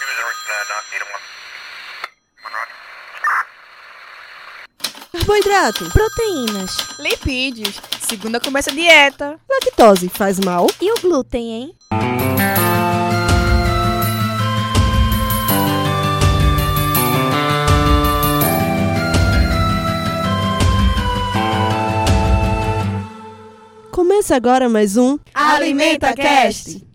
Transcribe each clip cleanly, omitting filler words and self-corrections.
Carboidrato, proteínas, lipídios, segunda começa a dieta. lactose faz mal? E o glúten, hein? Começa agora mais um Alimenta Cast.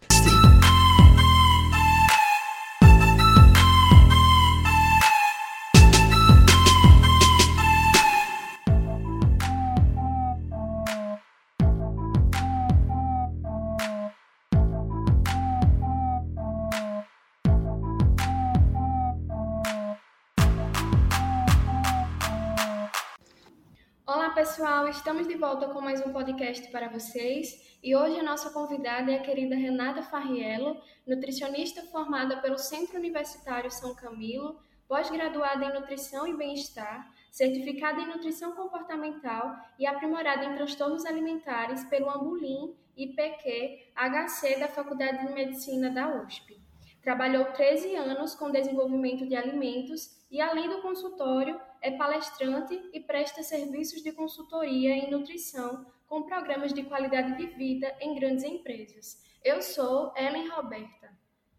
Olá pessoal, estamos de volta com mais um podcast para vocês e hoje a nossa convidada é a querida Renata Farriello, nutricionista formada pelo Centro Universitário São Camilo, pós-graduada em Nutrição e Bem-Estar, certificada em Nutrição Comportamental e aprimorada em Transtornos Alimentares pelo Ambulim e PQ-HC da Faculdade de Medicina da USP. Trabalhou 13 anos com desenvolvimento de alimentos e, além do consultório, é palestrante e presta serviços de consultoria em nutrição com programas de qualidade de vida em grandes empresas. Eu sou Ellen Roberta.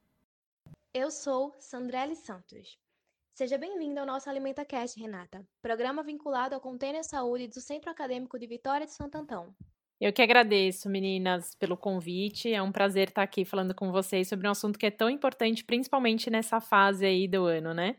Eu sou Sandrelli Santos. Seja bem-vinda ao nosso Alimenta Cast, Renata, programa vinculado ao Container Saúde do Centro Acadêmico de Vitória de Santo Antão. Eu que agradeço, meninas, pelo convite. É um prazer estar aqui falando com vocês sobre um assunto que é tão importante, principalmente nessa fase aí do ano, né?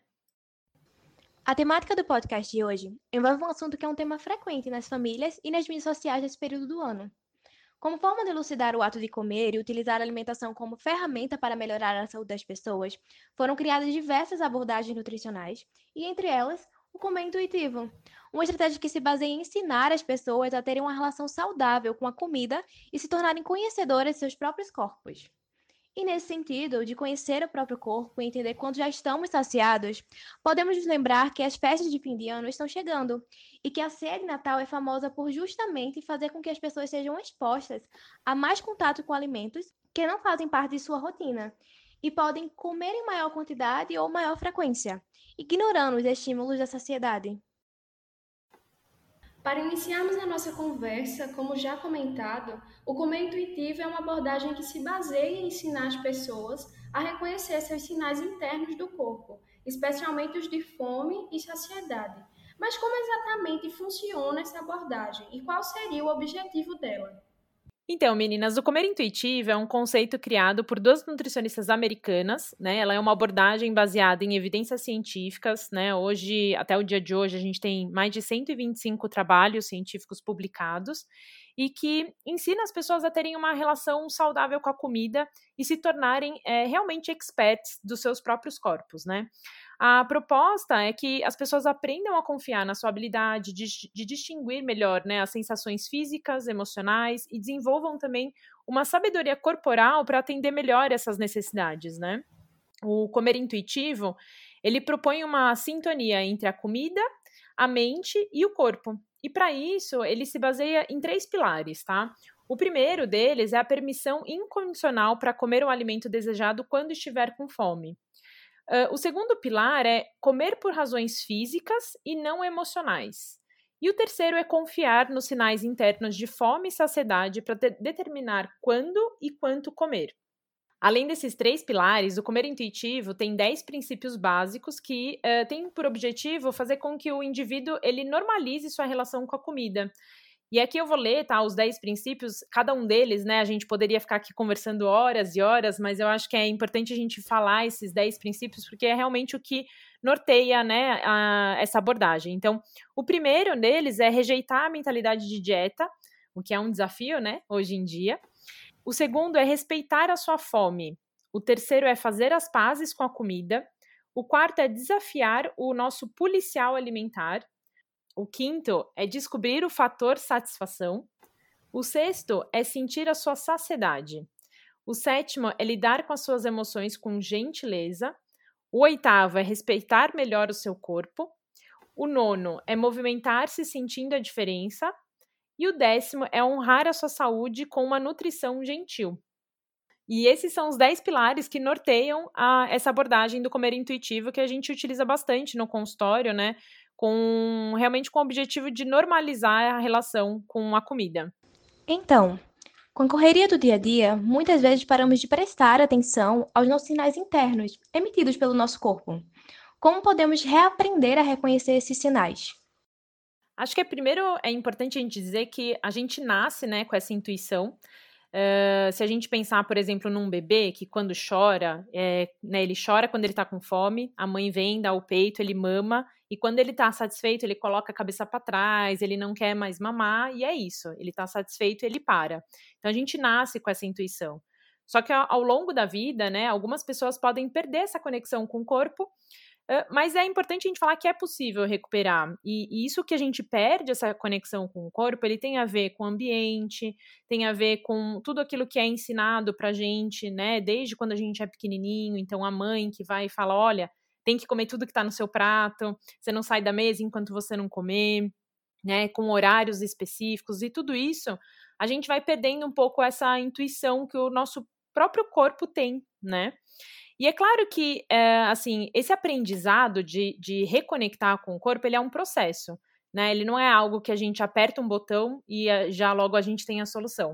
A temática do podcast de hoje envolve um assunto que é um tema frequente nas famílias e nas mídias sociais nesse período do ano. Como forma de elucidar o ato de comer e utilizar a alimentação como ferramenta para melhorar a saúde das pessoas, foram criadas diversas abordagens nutricionais e, entre elas, o comer intuitivo, uma estratégia que se baseia em ensinar as pessoas a terem uma relação saudável com a comida e se tornarem conhecedoras de seus próprios corpos. E nesse sentido, de conhecer o próprio corpo e entender quando já estamos saciados, podemos nos lembrar que as festas de fim de ano estão chegando e que a ceia de Natal é famosa por justamente fazer com que as pessoas sejam expostas a mais contato com alimentos que não fazem parte de sua rotina e podem comer em maior quantidade ou maior frequência, ignorando os estímulos da saciedade. Para iniciarmos a nossa conversa, como já comentado, o comer intuitivo é uma abordagem que se baseia em ensinar as pessoas a reconhecer seus sinais internos do corpo, especialmente os de fome e saciedade. Mas como exatamente funciona essa abordagem e qual seria o objetivo dela? Então, meninas, o comer intuitivo é um conceito criado por duas nutricionistas americanas, né? Ela é uma abordagem baseada em evidências científicas, né? Hoje, até o dia de hoje, a gente tem mais de 125 trabalhos científicos publicados e que ensina as pessoas a terem uma relação saudável com a comida e se tornarem realmente experts dos seus próprios corpos, né? A proposta é que as pessoas aprendam a confiar na sua habilidade de distinguir melhor, né, as sensações físicas, emocionais e desenvolvam também uma sabedoria corporal para atender melhor essas necessidades, né? O comer intuitivo, ele propõe uma sintonia entre a comida, a mente e o corpo. E para isso, ele se baseia em 3 pilares, tá? O primeiro deles é a permissão incondicional para comer o alimento desejado quando estiver com fome. O segundo pilar é comer por razões físicas e não emocionais. E o terceiro é confiar nos sinais internos de fome e saciedade para determinar quando e quanto comer. Além desses 3 pilares, o comer intuitivo tem 10 princípios básicos que têm por objetivo fazer com que o indivíduo ele normalize sua relação com a comida. E aqui eu vou ler, tá, os 10 princípios, cada um deles, né, a gente poderia ficar aqui conversando horas e horas, mas eu acho que é importante a gente falar esses 10 princípios, porque é realmente o que norteia, né, essa abordagem. Então, o primeiro deles é rejeitar a mentalidade de dieta, o que é um desafio, né, hoje em dia. O segundo é respeitar a sua fome. O terceiro é fazer as pazes com a comida. O quarto é desafiar o nosso policial alimentar. O quinto é descobrir o fator satisfação. O sexto é sentir a sua saciedade. O sétimo é lidar com as suas emoções com gentileza. O oitavo é respeitar melhor o seu corpo. O nono é movimentar-se sentindo a diferença. E o 10º é honrar a sua saúde com uma nutrição gentil. E esses são os 10 pilares que norteiam essa abordagem do comer intuitivo que a gente utiliza bastante no consultório, né? Realmente com o objetivo de normalizar a relação com a comida. Então, com a correria do dia a dia, muitas vezes paramos de prestar atenção aos nossos sinais internos, emitidos pelo nosso corpo. Como podemos reaprender a reconhecer esses sinais? Acho que primeiro é importante a gente dizer que a gente nasce, né, com essa intuição. Se a gente pensar, por exemplo, num bebê que quando chora, né, ele chora quando ele está com fome, a mãe vem, dá o peito, ele mama, e quando ele está satisfeito, ele coloca a cabeça para trás, ele não quer mais mamar, e é isso, ele está satisfeito e ele para. Então a gente nasce com essa intuição. Só que ao longo da vida, né, algumas pessoas podem perder essa conexão com o corpo, mas é importante a gente falar que é possível recuperar. E isso que a gente perde, essa conexão com o corpo, ele tem a ver com o ambiente, tem a ver com tudo aquilo que é ensinado pra gente, né? Desde quando a gente é pequenininho. Então, a mãe que vai e fala, olha, tem que comer tudo que tá no seu prato, você não sai da mesa enquanto você não comer, né? Com horários específicos. E tudo isso, a gente vai perdendo um pouco essa intuição que o nosso próprio corpo tem, né? E é claro que, assim, esse aprendizado de reconectar com o corpo, ele é um processo, né? Ele não é algo que a gente aperta um botão e já logo a gente tem a solução.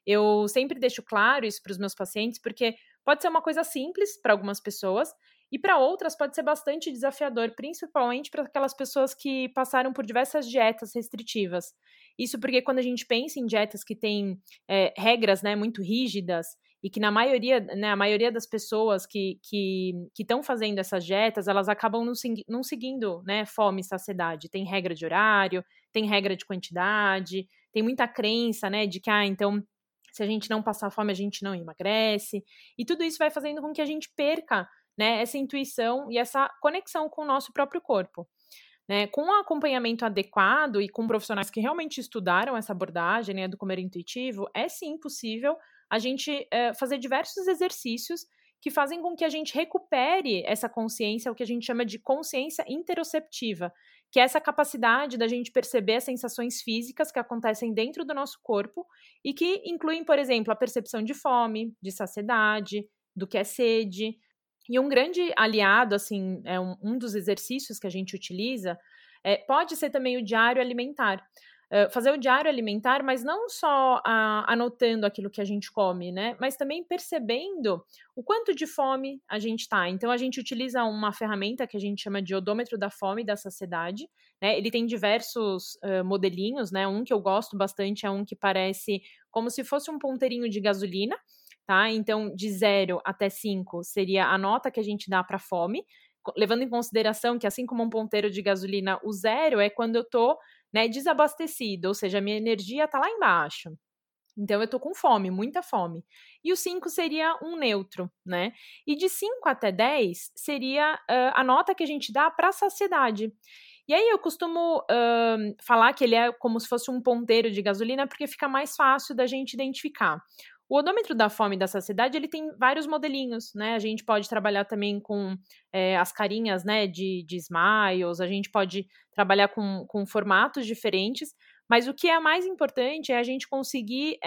Eu sempre deixo claro isso para os meus pacientes, porque pode ser uma coisa simples para algumas pessoas e para outras pode ser bastante desafiador, principalmente para aquelas pessoas que passaram por diversas dietas restritivas. Isso porque quando a gente pensa em dietas que têm regras, né, muito rígidas, e que na maioria, né, a maioria das pessoas que estão fazendo essas dietas, elas acabam não seguindo, né, fome e saciedade. Tem regra de horário, tem regra de quantidade, tem muita crença, né, de que, então, se a gente não passar fome, a gente não emagrece. E tudo isso vai fazendo com que a gente perca, né, essa intuição e essa conexão com o nosso próprio corpo. Né, com um acompanhamento adequado e com profissionais que realmente estudaram essa abordagem, né, do comer intuitivo, é sim possível a gente fazer diversos exercícios que fazem com que a gente recupere essa consciência, o que a gente chama de consciência interoceptiva, que é essa capacidade da gente perceber as sensações físicas que acontecem dentro do nosso corpo e que incluem, por exemplo, a percepção de fome, de saciedade, do que é sede. E um grande aliado, assim, um dos exercícios que a gente utiliza, pode ser também o diário alimentar. Fazer o diário alimentar, mas não só anotando aquilo que a gente come, né? Mas também percebendo o quanto de fome a gente está. Então, a gente utiliza uma ferramenta que a gente chama de odômetro da fome e da saciedade, né? Ele tem diversos modelinhos, né? Um que eu gosto bastante é um que parece como se fosse um ponteirinho de gasolina, tá? Então, de 0 até 5 seria a nota que a gente dá para fome, levando em consideração que, assim como um ponteiro de gasolina, o 0 é quando eu tô, né, desabastecido, ou seja, a minha energia tá lá embaixo. Então, eu tô com fome, muita fome. E o 5 seria um neutro, né? E de 5 até 10 seria a nota que a gente dá para saciedade. E aí eu costumo falar que ele é como se fosse um ponteiro de gasolina, porque fica mais fácil da gente identificar. O odômetro da fome e da saciedade, ele tem vários modelinhos, né? A gente pode trabalhar também com as carinhas, né, de smiles, a gente pode trabalhar com formatos diferentes, mas o que é mais importante é a gente conseguir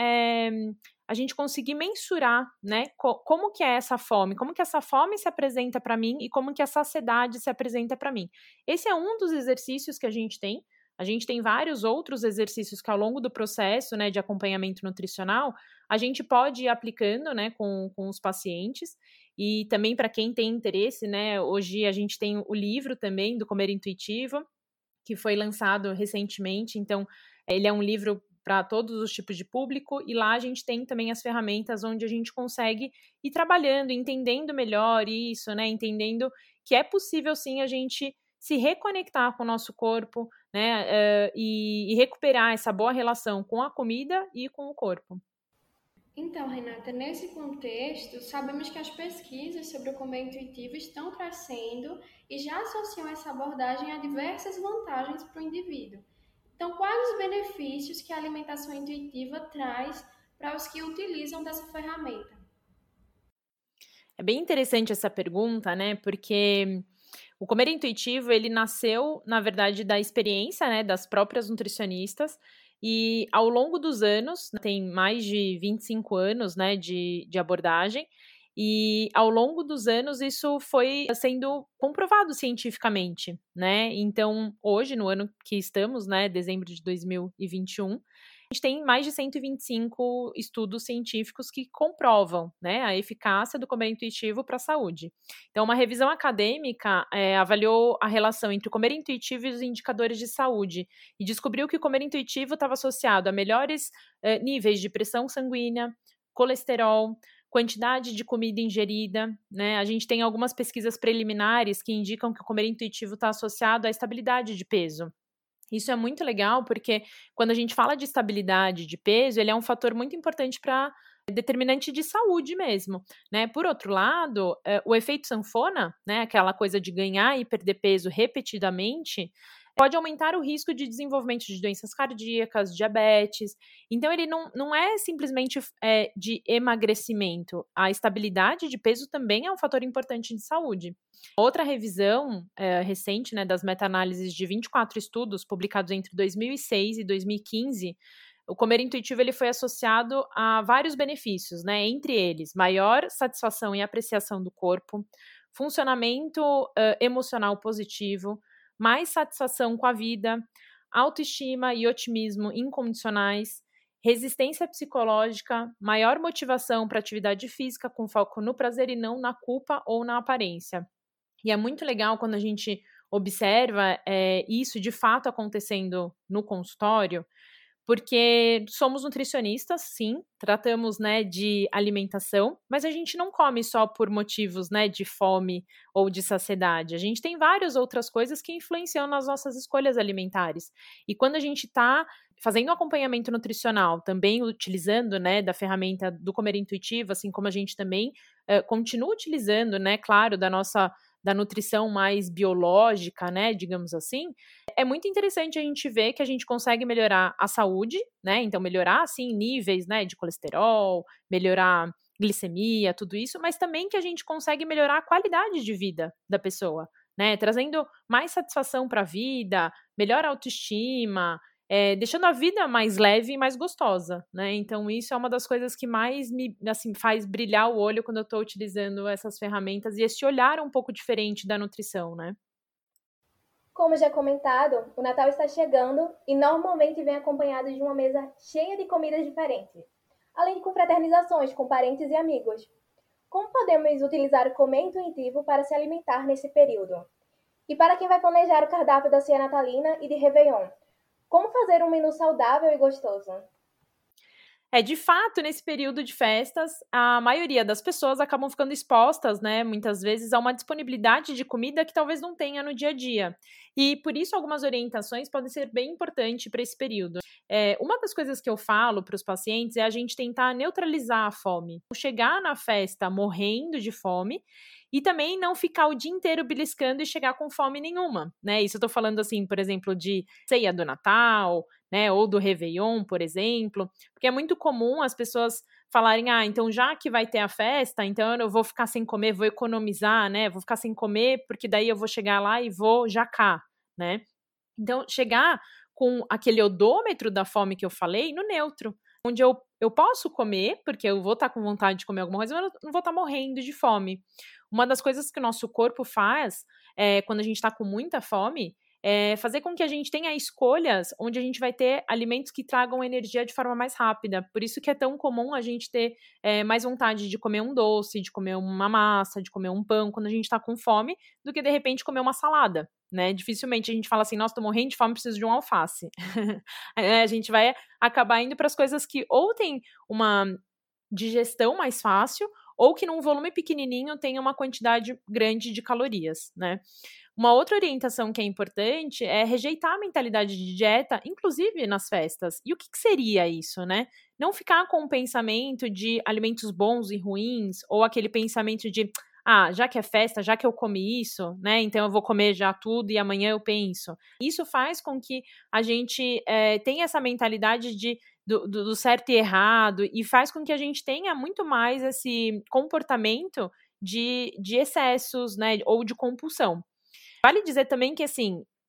mensurar, né, como que é essa fome, como que essa fome se apresenta para mim e como que a saciedade se apresenta para mim. Esse é um dos exercícios que a gente tem. A gente tem vários outros exercícios que ao longo do processo, né, de acompanhamento nutricional, a gente pode ir aplicando, né, com os pacientes. E também para quem tem interesse, né, hoje a gente tem o livro também do Comer Intuitivo, que foi lançado recentemente. Então, ele é um livro para todos os tipos de público, e lá a gente tem também as ferramentas onde a gente consegue ir trabalhando, entendendo melhor isso, né, entendendo que é possível sim a gente se reconectar com o nosso corpo, né, e recuperar essa boa relação com a comida e com o corpo. Então, Renata, nesse contexto, sabemos que as pesquisas sobre o comer intuitivo estão crescendo e já associam essa abordagem a diversas vantagens para o indivíduo. Então, quais os benefícios que a alimentação intuitiva traz para os que utilizam dessa ferramenta? É bem interessante essa pergunta, né, porque o comer intuitivo, ele nasceu, na verdade, da experiência, né, das próprias nutricionistas, E ao longo dos anos, tem mais de 25 anos, né, de abordagem, e ao longo dos anos isso foi sendo comprovado cientificamente, né? Então, hoje, no ano que estamos, né, dezembro de 2021, a gente tem mais de 125 estudos científicos que comprovam, né, a eficácia do comer intuitivo para a saúde. Então, uma revisão acadêmica avaliou a relação entre o comer intuitivo e os indicadores de saúde e descobriu que o comer intuitivo estava associado a melhores níveis de pressão sanguínea, colesterol, quantidade de comida ingerida, né? A gente tem algumas pesquisas preliminares que indicam que o comer intuitivo está associado à estabilidade de peso. Isso é muito legal porque quando a gente fala de estabilidade de peso, ele é um fator muito importante para determinante de saúde mesmo, né? Por outro lado, o efeito sanfona, né, aquela coisa de ganhar e perder peso repetidamente, pode aumentar o risco de desenvolvimento de doenças cardíacas, diabetes. Então, ele não é simplesmente de emagrecimento. A estabilidade de peso também é um fator importante de saúde. Outra revisão recente, né, das meta-análises de 24 estudos publicados entre 2006 e 2015, o comer intuitivo ele foi associado a vários benefícios, né? Entre eles, maior satisfação e apreciação do corpo, funcionamento emocional positivo, mais satisfação com a vida, autoestima e otimismo incondicionais, resistência psicológica, maior motivação para atividade física com foco no prazer e não na culpa ou na aparência. E é muito legal quando a gente observa isso de fato acontecendo no consultório, porque somos nutricionistas, sim, tratamos, né, de alimentação, mas a gente não come só por motivos, né, de fome ou de saciedade. A gente tem várias outras coisas que influenciam nas nossas escolhas alimentares. E quando a gente está fazendo acompanhamento nutricional, também utilizando, né, da ferramenta do comer intuitivo, assim como a gente também continua utilizando, né, claro, da nutrição mais biológica, né, digamos assim, é muito interessante a gente ver que a gente consegue melhorar a saúde, né, então melhorar, assim, níveis, né, de colesterol, melhorar glicemia, tudo isso, mas também que a gente consegue melhorar a qualidade de vida da pessoa, né, trazendo mais satisfação para a vida, melhor autoestima, deixando a vida mais leve e mais gostosa, né? Então, isso é uma das coisas que mais me faz brilhar o olho quando eu estou utilizando essas ferramentas e esse olhar um pouco diferente da nutrição, né? Como já comentado, o Natal está chegando e normalmente vem acompanhado de uma mesa cheia de comidas diferentes, além de confraternizações com parentes e amigos. Como podemos utilizar o comer intuitivo para se alimentar nesse período? E para quem vai planejar o cardápio da ceia natalina e de Réveillon, como fazer um menu saudável e gostoso? De fato, nesse período de festas, a maioria das pessoas acabam ficando expostas, né, muitas vezes, a uma disponibilidade de comida que talvez não tenha no dia a dia. E, por isso, algumas orientações podem ser bem importantes para esse período. Uma das coisas que eu falo para os pacientes é a gente tentar neutralizar a fome. Chegar na festa morrendo de fome e também não ficar o dia inteiro beliscando e chegar com fome nenhuma, né? Isso eu tô falando, assim, por exemplo, de ceia do Natal, né, ou do Réveillon, por exemplo, porque é muito comum as pessoas falarem, então já que vai ter a festa, então eu vou ficar sem comer, vou economizar, né, vou ficar sem comer, porque daí eu vou chegar lá e vou jacar, né? Então, chegar com aquele odômetro da fome que eu falei no neutro, onde eu posso comer, porque eu vou estar com vontade de comer alguma coisa, mas eu não vou estar morrendo de fome. Uma das coisas que o nosso corpo faz, quando a gente está com muita fome, fazer com que a gente tenha escolhas onde a gente vai ter alimentos que tragam energia de forma mais rápida. Por isso que é tão comum a gente ter mais vontade de comer um doce, de comer uma massa, de comer um pão quando a gente está com fome, do que de repente comer uma salada, né? Dificilmente a gente fala assim, nossa, tô morrendo de fome, preciso de um alface. A gente vai acabar indo para as coisas que ou tem uma digestão mais fácil, ou que num volume pequenininho tenha uma quantidade grande de calorias, né? Uma outra orientação que é importante é rejeitar a mentalidade de dieta, inclusive nas festas. E o que seria isso, né? Não ficar com o pensamento de alimentos bons e ruins, ou aquele pensamento de, já que é festa, já que eu comi isso, né? Então eu vou comer já tudo e amanhã eu penso. Isso faz com que a gente tenha essa mentalidade do certo e errado, e faz com que a gente tenha muito mais esse comportamento de excessos, né? Ou de compulsão. Vale dizer também que, assim,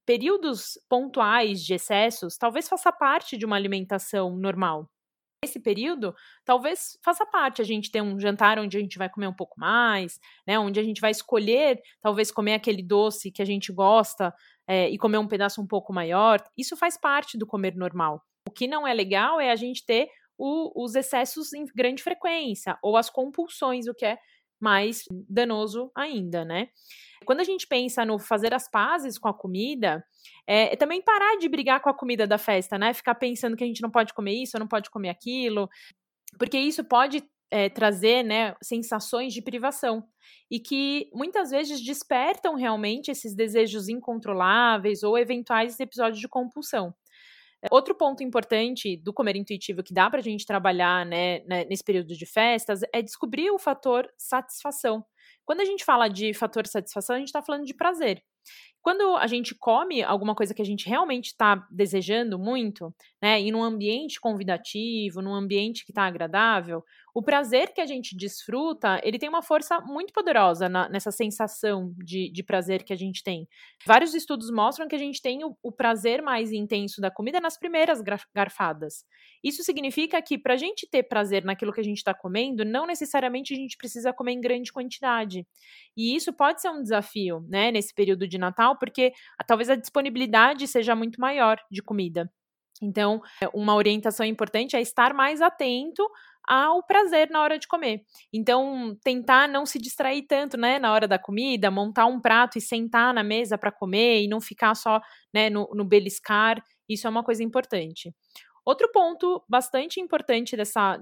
períodos pontuais de excessos talvez faça parte de uma alimentação normal. Esse período, talvez faça parte a gente ter um jantar onde a gente vai comer um pouco mais, né, onde a gente vai escolher, talvez, comer aquele doce que a gente gosta e comer um pedaço um pouco maior. Isso faz parte do comer normal. O que não é legal é a gente ter os excessos em grande frequência, ou as compulsões, o que é mais danoso ainda, né? Quando a gente pensa no fazer as pazes com a comida, é também parar de brigar com a comida da festa, né? Ficar pensando que a gente não pode comer isso, ou não pode comer aquilo, porque isso pode trazer, né, sensações de privação e que muitas vezes despertam realmente esses desejos incontroláveis ou eventuais episódios de compulsão. Outro ponto importante do comer intuitivo que dá para a gente trabalhar, né, nesse período de festas é descobrir o fator satisfação. Quando a gente fala de fator satisfação, a gente está falando de prazer. Quando a gente come alguma coisa que a gente realmente está desejando muito, né, e num ambiente convidativo, num ambiente que está agradável, o prazer que a gente desfruta, ele tem uma força muito poderosa nessa sensação de prazer que a gente tem. Vários estudos mostram que a gente tem o prazer mais intenso da comida nas primeiras garfadas. Isso significa que para a gente ter prazer naquilo que a gente está comendo, não necessariamente a gente precisa comer em grande quantidade. E isso pode ser um desafio, né, nesse período de Natal, porque talvez a disponibilidade seja muito maior de comida. Então, uma orientação importante é estar mais atento ao prazer na hora de comer. Então, tentar não se distrair tanto, né, na hora da comida, montar um prato e sentar na mesa para comer e não ficar só, né, no beliscar, isso é uma coisa importante. Outro ponto bastante importante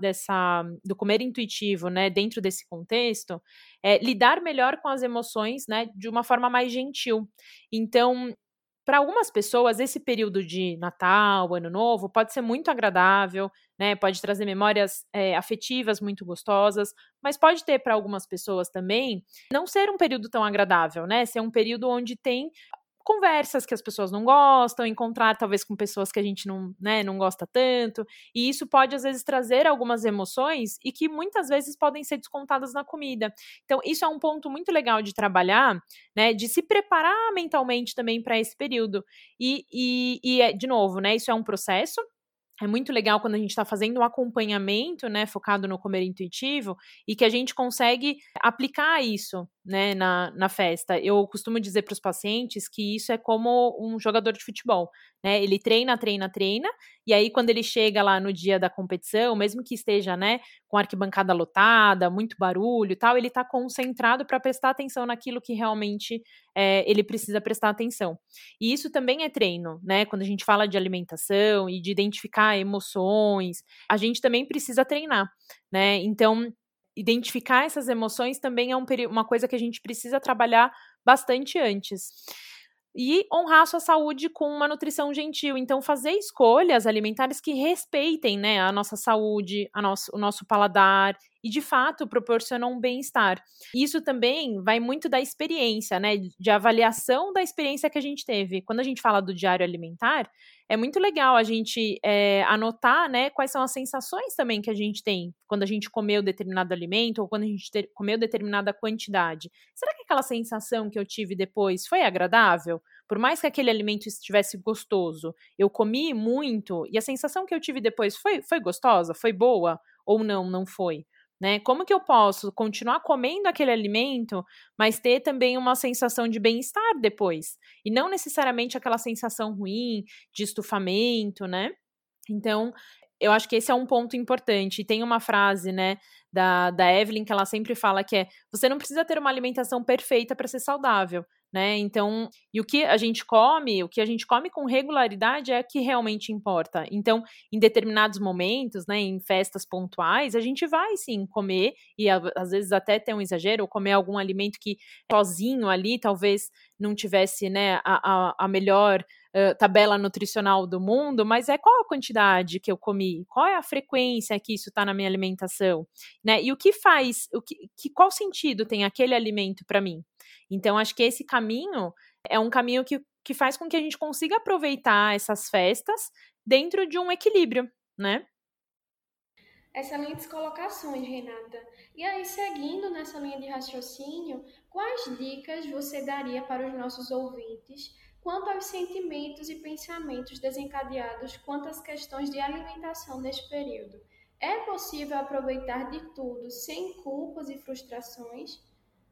do comer intuitivo, né, dentro desse contexto, é lidar melhor com as emoções, né, de uma forma mais gentil. Então, para algumas pessoas, esse período de Natal, Ano Novo, pode ser muito agradável, né, pode trazer memórias afetivas muito gostosas, mas pode ter para algumas pessoas também não ser um período tão agradável, né, ser um período onde tem conversas que as pessoas não gostam, encontrar talvez com pessoas que a gente não, né, não gosta tanto, e isso pode às vezes trazer algumas emoções e que muitas vezes podem ser descontadas na comida. Então isso é um ponto muito legal de trabalhar, né, de se preparar mentalmente também para esse período. De novo, né, isso é um processo. É muito legal quando a gente está fazendo um acompanhamento, né, focado no comer intuitivo, e que a gente consegue aplicar isso, né, na festa. Eu costumo dizer para os pacientes que isso é como um jogador de futebol, né? Ele treina, e aí quando ele chega lá no dia da competição, mesmo que esteja, né, com a arquibancada lotada, muito barulho e tal, ele está concentrado para prestar atenção naquilo que realmente ele precisa prestar atenção. E isso também é treino, né? Quando a gente fala de alimentação e de identificar emoções, a gente também precisa treinar, né? Então, identificar essas emoções também é uma coisa que a gente precisa trabalhar bastante antes. E honrar a sua saúde com uma nutrição gentil. Então, fazer escolhas alimentares que respeitem, né, a nossa saúde, o nosso paladar e, de fato, proporcionam um bem-estar. Isso também vai muito da experiência, né, de avaliação da experiência que a gente teve. Quando a gente fala do diário alimentar, é muito legal a gente anotar, né, quais são as sensações também que a gente tem quando a gente comeu determinado alimento ou quando a gente comeu determinada quantidade. Será que aquela sensação que eu tive depois foi agradável? Por mais que aquele alimento estivesse gostoso, eu comi muito e a sensação que eu tive depois foi gostosa? Foi boa? Ou não foi? Né? Como que eu posso continuar comendo aquele alimento, mas ter também uma sensação de bem-estar depois? E não necessariamente aquela sensação ruim, de estufamento, né? Então, eu acho que esse é um ponto importante. E tem uma frase, né, da Evelyn, que ela sempre fala que você não precisa ter uma alimentação perfeita para ser saudável, né? Então, e o que a gente come com regularidade é o que realmente importa. Então, em determinados momentos, né, em festas pontuais, a gente vai sim comer, e às vezes até ter um exagero, ou comer algum alimento que sozinho ali talvez não tivesse, né, a melhor tabela nutricional do mundo, mas qual a quantidade que eu comi? Qual é a frequência que isso está na minha alimentação? Né? E o que faz, qual sentido tem aquele alimento para mim? Então, acho que esse caminho é um caminho que faz com que a gente consiga aproveitar essas festas dentro de um equilíbrio, né? Excelentes colocações, Renata. E aí, seguindo nessa linha de raciocínio, quais dicas você daria para os nossos ouvintes quanto aos sentimentos e pensamentos desencadeados quanto às questões de alimentação neste período. É possível aproveitar de tudo sem culpas e frustrações?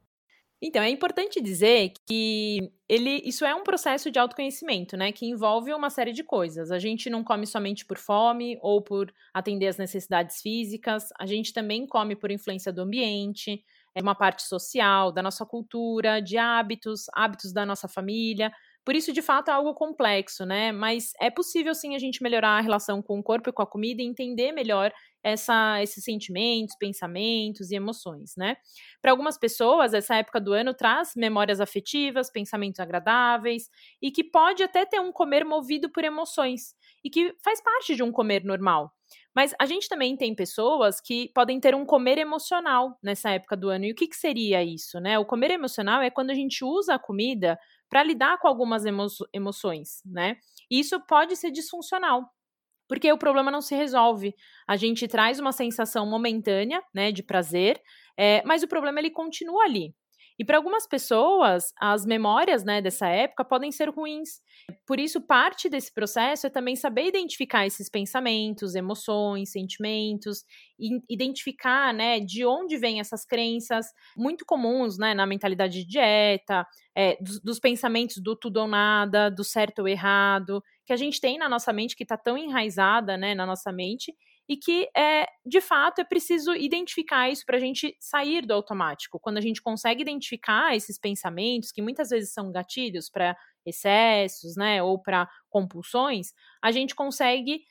Então, é importante dizer que isso é um processo de autoconhecimento, né, que envolve uma série de coisas. A gente não come somente por fome ou por atender às necessidades físicas, a gente também come por influência do ambiente, uma parte social, da nossa cultura, de hábitos da nossa família. Por isso, de fato, é algo complexo, né? Mas é possível, sim, a gente melhorar a relação com o corpo e com a comida e entender melhor esses sentimentos, pensamentos e emoções, né? Para algumas pessoas, essa época do ano traz memórias afetivas, pensamentos agradáveis e que pode até ter um comer movido por emoções e que faz parte de um comer normal. Mas a gente também tem pessoas que podem ter um comer emocional nessa época do ano. E o que seria isso, né? O comer emocional é quando a gente usa a comida para lidar com algumas emoções, né? E isso pode ser disfuncional, porque o problema não se resolve. A gente traz uma sensação momentânea, né, de prazer, mas o problema ele continua ali. E para algumas pessoas, as memórias, né, dessa época podem ser ruins. Por isso, parte desse processo é também saber identificar esses pensamentos, emoções, sentimentos, e identificar, né, de onde vêm essas crenças muito comuns, né, na mentalidade de dieta, dos pensamentos do tudo ou nada, do certo ou errado, que a gente tem na nossa mente, que está tão enraizada, né, na nossa mente, e que, de fato, é preciso identificar isso para a gente sair do automático. Quando a gente consegue identificar esses pensamentos, que muitas vezes são gatilhos para excessos, né, ou para compulsões, a gente consegue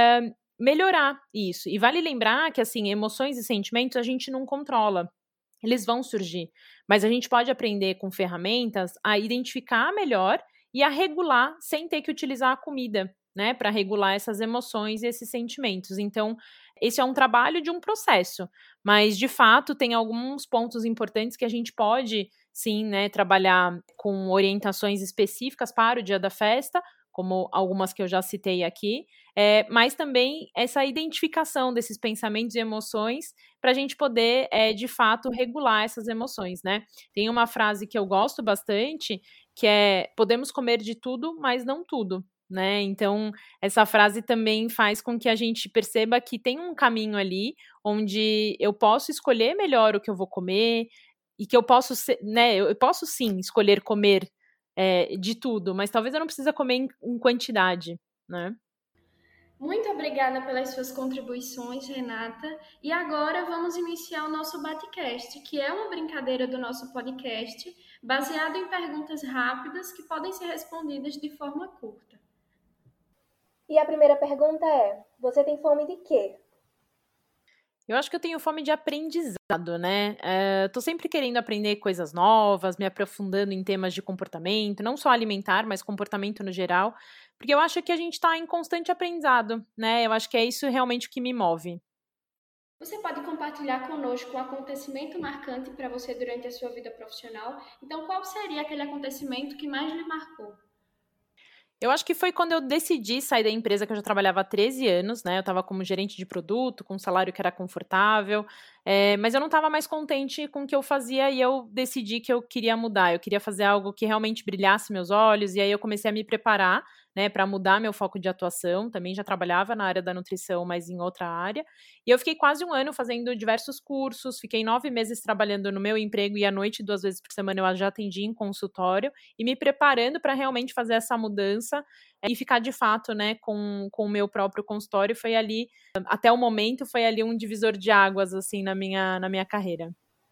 melhorar isso. E vale lembrar que, assim, emoções e sentimentos a gente não controla. Eles vão surgir, mas a gente pode aprender com ferramentas a identificar melhor e a regular sem ter que utilizar a comida, né, para regular essas emoções e esses sentimentos. Então, esse é um trabalho de um processo, mas de fato tem alguns pontos importantes que a gente pode, sim, né, trabalhar com orientações específicas para o dia da festa, como algumas que eu já citei aqui, mas também essa identificação desses pensamentos e emoções para a gente poder, de fato, regular essas emoções, né? Tem uma frase que eu gosto bastante, que é: podemos comer de tudo, mas não tudo, né? Então, essa frase também faz com que a gente perceba que tem um caminho ali, onde eu posso escolher melhor o que eu vou comer, e que eu posso, né, eu posso sim escolher comer de tudo, mas talvez eu não precise comer em quantidade, né? Muito obrigada pelas suas contribuições, Renata. E agora vamos iniciar o nosso Batecast, que é uma brincadeira do nosso podcast, baseado em perguntas rápidas que podem ser respondidas de forma curta. E a primeira pergunta é: você tem fome de quê? Eu acho que eu tenho fome de aprendizado, né? Tô sempre querendo aprender coisas novas, me aprofundando em temas de comportamento, não só alimentar, mas comportamento no geral, porque eu acho que a gente está em constante aprendizado, né? Eu acho que é isso realmente que me move. Você pode compartilhar conosco um acontecimento marcante para você durante a sua vida profissional? Então, qual seria aquele acontecimento que mais lhe marcou? Eu acho que foi quando eu decidi sair da empresa que eu já trabalhava há 13 anos, né? Eu estava como gerente de produto, com um salário que era confortável, mas eu não estava mais contente com o que eu fazia e eu decidi que eu queria mudar. Eu queria fazer algo que realmente brilhasse meus olhos, e aí eu comecei a me preparar, né, para mudar meu foco de atuação. Também já trabalhava na área da nutrição, mas em outra área. E eu fiquei quase um ano fazendo diversos cursos, fiquei 9 meses trabalhando no meu emprego e à noite, 2 vezes por semana, eu já atendi em consultório e me preparando para realmente fazer essa mudança e ficar de fato, né, com o meu próprio consultório. Foi ali, até o momento, foi ali um divisor de águas, assim, na minha carreira.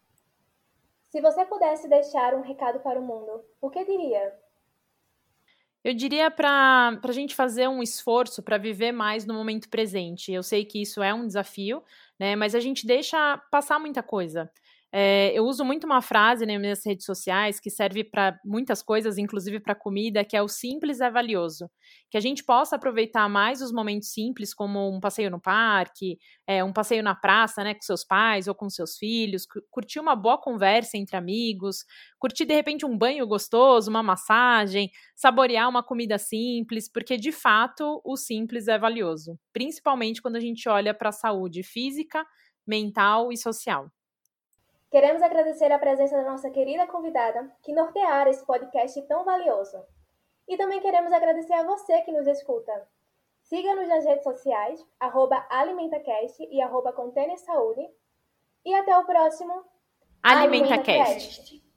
Se você pudesse deixar um recado para o mundo, o que diria? Eu diria para a gente fazer um esforço para viver mais no momento presente. Eu sei que isso é um desafio, né, mas a gente deixa passar muita coisa. Eu uso muito uma frase nas minhas redes sociais que serve para muitas coisas, inclusive para comida, que é: o simples é valioso. Que a gente possa aproveitar mais os momentos simples, como um passeio no parque, um passeio na praça, né, com seus pais ou com seus filhos, curtir uma boa conversa entre amigos, curtir de repente um banho gostoso, uma massagem, saborear uma comida simples, porque de fato o simples é valioso, principalmente quando a gente olha para a saúde física, mental e social. Queremos agradecer a presença da nossa querida convidada, que norteara esse podcast tão valioso. E também queremos agradecer a você que nos escuta. Siga-nos nas redes sociais, @AlimentaCast e @ContainerSaúde. E até o próximo AlimentaCast.